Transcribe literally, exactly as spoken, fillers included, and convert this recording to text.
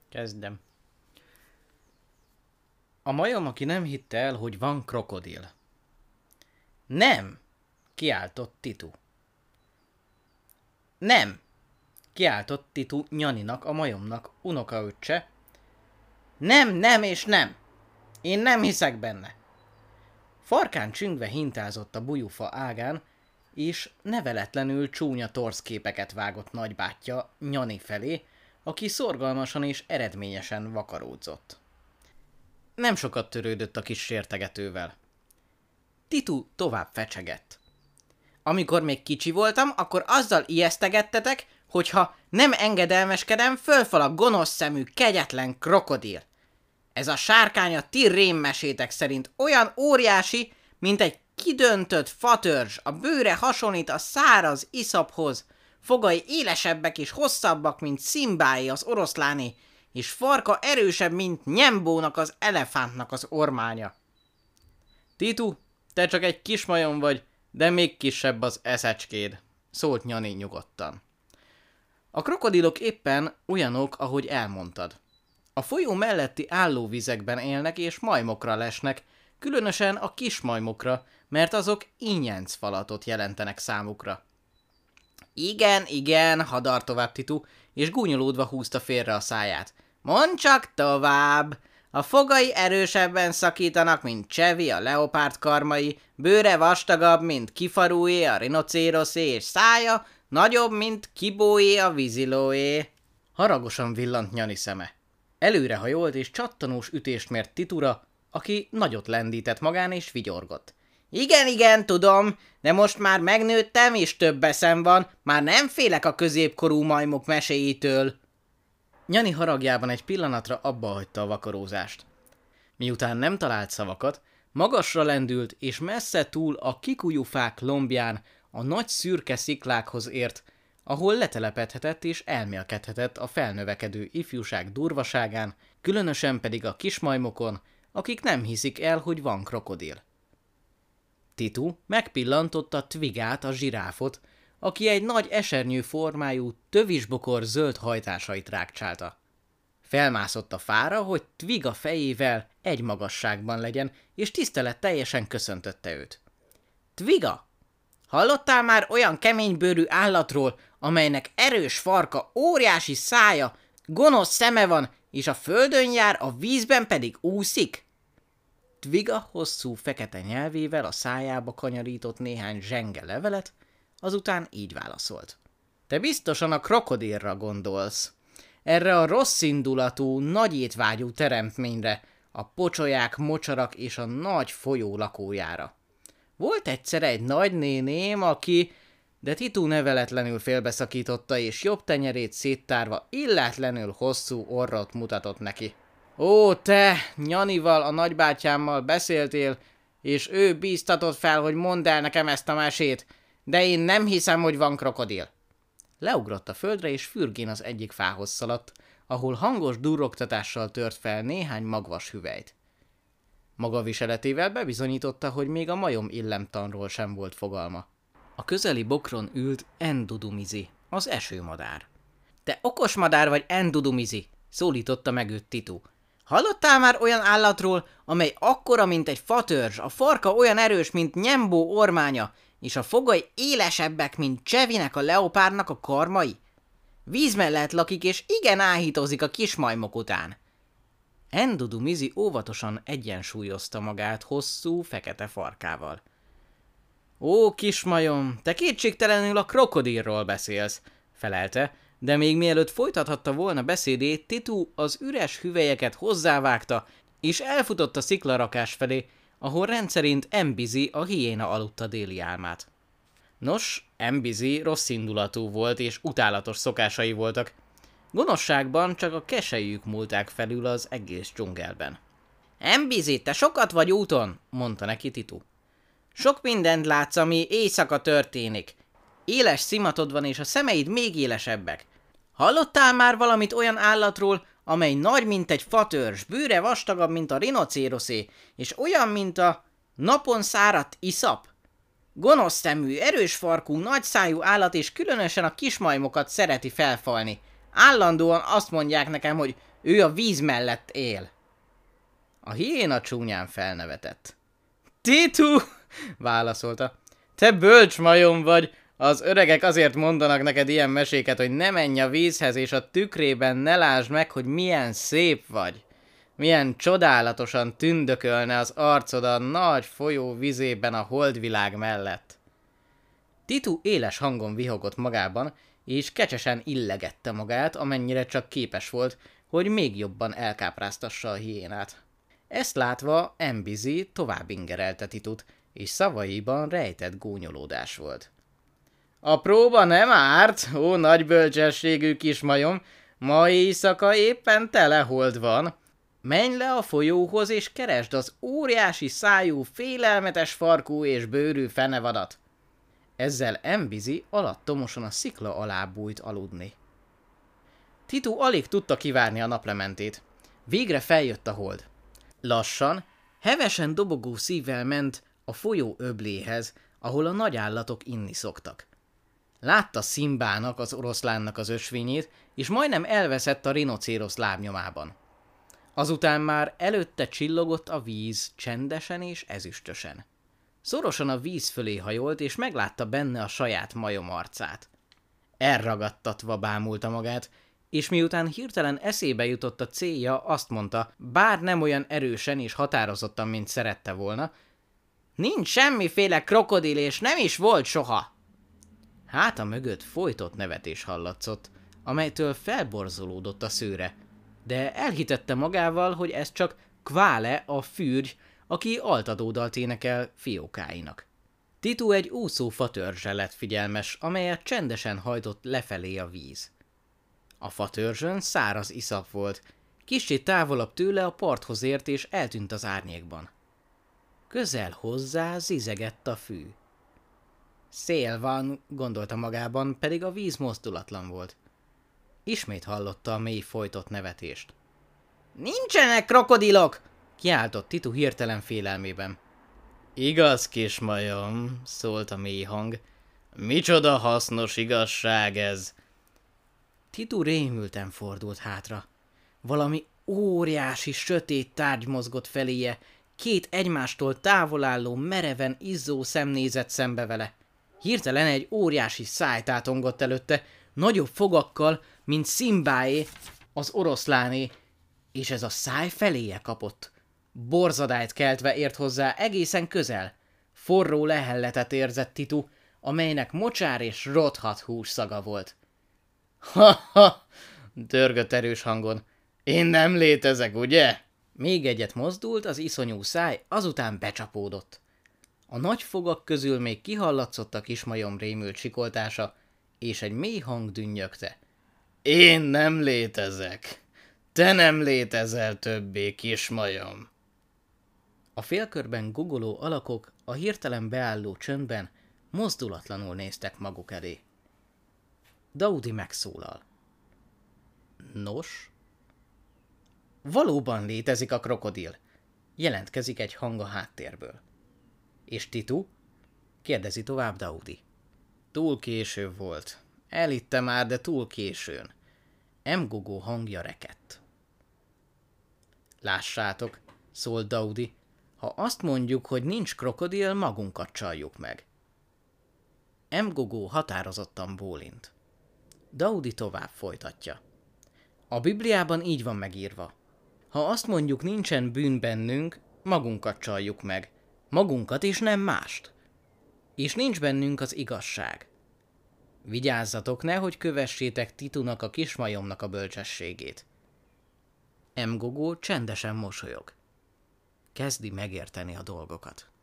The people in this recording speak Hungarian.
Kezdem. A majom, aki nem hitte el, hogy van krokodil. Nem! Kiáltott Titu. Nem! Kiáltott Titu Nyaninak, a majomnak, unokaöccse. Nem, nem és nem! Én nem hiszek benne! Farkán csüngve hintázott a bujufa ágán, és neveletlenül csúnya torszképeket vágott nagybátyja Nyani felé, aki szorgalmasan és eredményesen vakaródzott. Nem sokat törődött a kis sértegetővel. Titu tovább fecsegett. Amikor még kicsi voltam, akkor azzal ijesztegettetek, hogyha nem engedelmeskedem, fölfal a gonosz szemű, kegyetlen krokodil. Ez a sárkány a ti rémmesétek szerint olyan óriási, mint egy kidöntött fatörzs, a bőre hasonlít a száraz iszaphoz, fogai élesebbek és hosszabbak, mint Szimbáé az oroszláné, és farka erősebb, mint Nyembónak az elefántnak az ormánya. Titu, te csak egy kis majom vagy, de még kisebb az eszecskéd, szólt Nyani nyugodtan. A krokodilok éppen olyanok, ahogy elmondtad. A folyó melletti állóvizekben élnek és majmokra lesnek, különösen a kis majmokra, mert azok ínyencfalatot jelentenek számukra. Igen, igen, hadar tovább Titu, és gúnyolódva húzta félre a száját. Mondd csak tovább! A fogai erősebben szakítanak, mint Csevi, a leopárd karmai, bőre vastagabb, mint Kifarué, a rinocéroszé, és szája nagyobb, mint Kibóé, a vízilóé. Haragosan villant Nyani szeme. Előrehajolt és csattanós ütést mért Titura, aki nagyot lendített magán és vigyorgott. Igen, igen, tudom, de most már megnőttem és több eszem van, már nem félek a középkorú majmok meséitől. Nyani haragjában egy pillanatra abba hagyta a vakarózást. Miután nem talált szavakat, magasra lendült és messze túl a kikujufák lombján a nagy szürke sziklákhoz ért, ahol letelepedhetett és elmélkedhetett a felnövekedő ifjúság durvaságán, különösen pedig a kismajmokon, akik nem hiszik el, hogy van krokodil. Titu megpillantotta Twigát, a zsiráfot, aki egy nagy esernyő formájú, tövisbokor zöld hajtásait rákcsálta. Felmászott a fára, hogy Twiga fejével egy magasságban legyen, és tiszteletteljesen köszöntötte őt. Twiga! Hallottál már olyan keménybőrű állatról, amelynek erős farka, óriási szája, gonosz szeme van, és a földön jár, a vízben pedig úszik? Twiga hosszú fekete nyelvével a szájába kanyarított néhány zsenge levelet, azután így válaszolt. Te biztosan a krokodilra gondolsz. Erre a rosszindulatú, nagy étvágyú teremtményre, a pocsolyák, mocsarak és a nagy folyó lakójára. Volt egyszer egy nagynéném, aki... De Titu neveletlenül félbeszakította, és jobb tenyerét széttárva illetlenül hosszú orrot mutatott neki. Ó, te, Nyanival, a nagybátyámmal beszéltél, és ő bíztatott fel, hogy mondd el nekem ezt a mesét, de én nem hiszem, hogy van krokodil. Leugrott a földre, és fürgén az egyik fához szaladt, ahol hangos durrogtatással tört fel néhány magvas hüvelyt. Maga viseletével bebizonyította, hogy még a majom illemtanról sem volt fogalma. A közeli bokron ült Endudumizi, az esőmadár. Te okos madár vagy, Endudumizi, szólította meg őt Titu. Hallottál már olyan állatról, amely akkora, mint egy fatörzs, a farka olyan erős, mint Nyembó ormánya, és a fogai élesebbek, mint Csevinek, a leopárnak a karmai? Víz mellett lakik, és igen áhítozik a kismajmok után. Endudumizi óvatosan egyensúlyozta magát hosszú, fekete farkával. Ó, kismajom, te kétségtelenül a krokodilról beszélsz, felelte, de még mielőtt folytathatta volna beszédét, Titu az üres hüvelyeket hozzávágta, és elfutott a sziklarakás felé, ahol rendszerint Embizi, a hiéna aludta déli álmát. Nos, Embizi rosszindulatú volt, és utálatos szokásai voltak. Gonoszságban csak a keselyük múlták felül az egész dzsungelben. Embizi, te sokat vagy úton, mondta neki Titu. Sok mindent látsz, ami éjszaka történik. Éles szimatod van, és a szemeid még élesebbek. Hallottál már valamit olyan állatról, amely nagy, mint egy fatörzs, bőre vastagabb, mint a rinocéroszé, és olyan, mint a napon száradt iszap? Gonosz szemű, erős farkú, nagyszájú állat, és különösen a kismajmokat szereti felfalni. Állandóan azt mondják nekem, hogy Ő a víz mellett él. A hiéna csúnyán felnevetett. Titu! válaszolta. Te bölcs majom vagy. Az öregek azért mondanak neked ilyen meséket, hogy ne menj a vízhez, és a tükrében ne lásd meg, hogy milyen szép vagy. Milyen csodálatosan tündökölne az arcod a nagy folyó vizében a holdvilág mellett. Titu éles hangon vihogott magában, és kecsesen illegette magát, amennyire csak képes volt, hogy még jobban elkápráztassa a hiénát. Ezt látva Embizi tovább ingerelte Titut, és szavaiban rejtett gúnyolódás volt. A próba nem árt, ó nagy bölcsességű kismajom, ma éjszaka éppen tele hold van. Menj le a folyóhoz, és keresd az óriási szájú, félelmetes farkú és bőrű fenevadat. Ezzel Embizi alattomosan a szikla alá bújt aludni. Titu alig tudta kivárni a naplementét. Végre feljött a hold. Lassan, hevesen dobogó szívvel ment a folyó öbléhez, ahol a nagyállatok inni szoktak. Látta Szimbának, az oroszlánnak az ösvényét, és majdnem elveszett a rinocérosz lábnyomában. Azután már előtte csillogott a víz, csendesen és ezüstösen. Szorosan a víz fölé hajolt, és meglátta benne a saját majom arcát. Elragadtatva bámulta magát, és miután hirtelen eszébe jutott a célja, azt mondta, bár nem olyan erősen és határozottan, mint szerette volna, nincs semmiféle krokodil, és nem is volt soha. Háta mögött folytott nevetés hallatszott, amelytől felborzolódott a szőre, de elhitette magával, hogy ez csak Kvále, a fürgy, aki altadódalt énekel fiókáinak. Titu egy úszó fatörzsre lett figyelmes, amelyet csendesen hajtott lefelé a víz. A fatörzsön száraz iszap volt, kissé távolabb tőle a parthoz ért és eltűnt az árnyékban. Közel hozzá zizegett a fű. Szél van, gondolta magában, pedig a víz mozdulatlan volt. Ismét hallotta a mély folytott nevetést. Nincsenek krokodilok! Kiáltott Titu hirtelen félelmében. Igaz, kismajom, szólt a mély hang. Micsoda hasznos igazság ez! Titu rémülten fordult hátra. Valami óriási, sötét tárgy mozgott feléje, két egymástól távol álló, mereven izzó szem nézett szembe vele. Hirtelen egy óriási száj tátongott előtte, nagyobb fogakkal, mint Szimbáé, az oroszláné, és ez a száj feléje kapott. Borzadályt keltve ért hozzá egészen közel. Forró lehelletet érzett Titu, amelynek mocsár és rothadt hús szaga volt. Ha-ha! Dörgött erős hangon. Én nem létezek, ugye? Még egyet mozdult, az iszonyú száj azután becsapódott. A nagy fogak közül még kihallatszott a kismajom rémült sikoltása, és egy mély hang dünnyögte. Én nem létezek. Te nem létezel többé, kismajom. A félkörben gugoló alakok a hirtelen beálló csöndben mozdulatlanul néztek maguk elé. Daudi megszólal. Nos? Valóban létezik a krokodil. Jelentkezik egy hang a háttérből. És Titu? Kérdezi tovább Daudi. Túl késő volt. Elitte már, de túl későn. Emgogó hangja rekedt. Lássátok, szólt Daudi, ha azt mondjuk, hogy nincs krokodil, magunkat csaljuk meg. Emgogó határozottan bólint. Daudi tovább folytatja. A Bibliában így van megírva. Ha azt mondjuk, nincsen bűn bennünk, magunkat csaljuk meg. Magunkat és nem mást. És nincs bennünk az igazság. Vigyázzatok, nehogy kövessétek Titunak, a kismajomnak a bölcsességét. Emgogó csendesen mosolyog. Kezdi megérteni a dolgokat.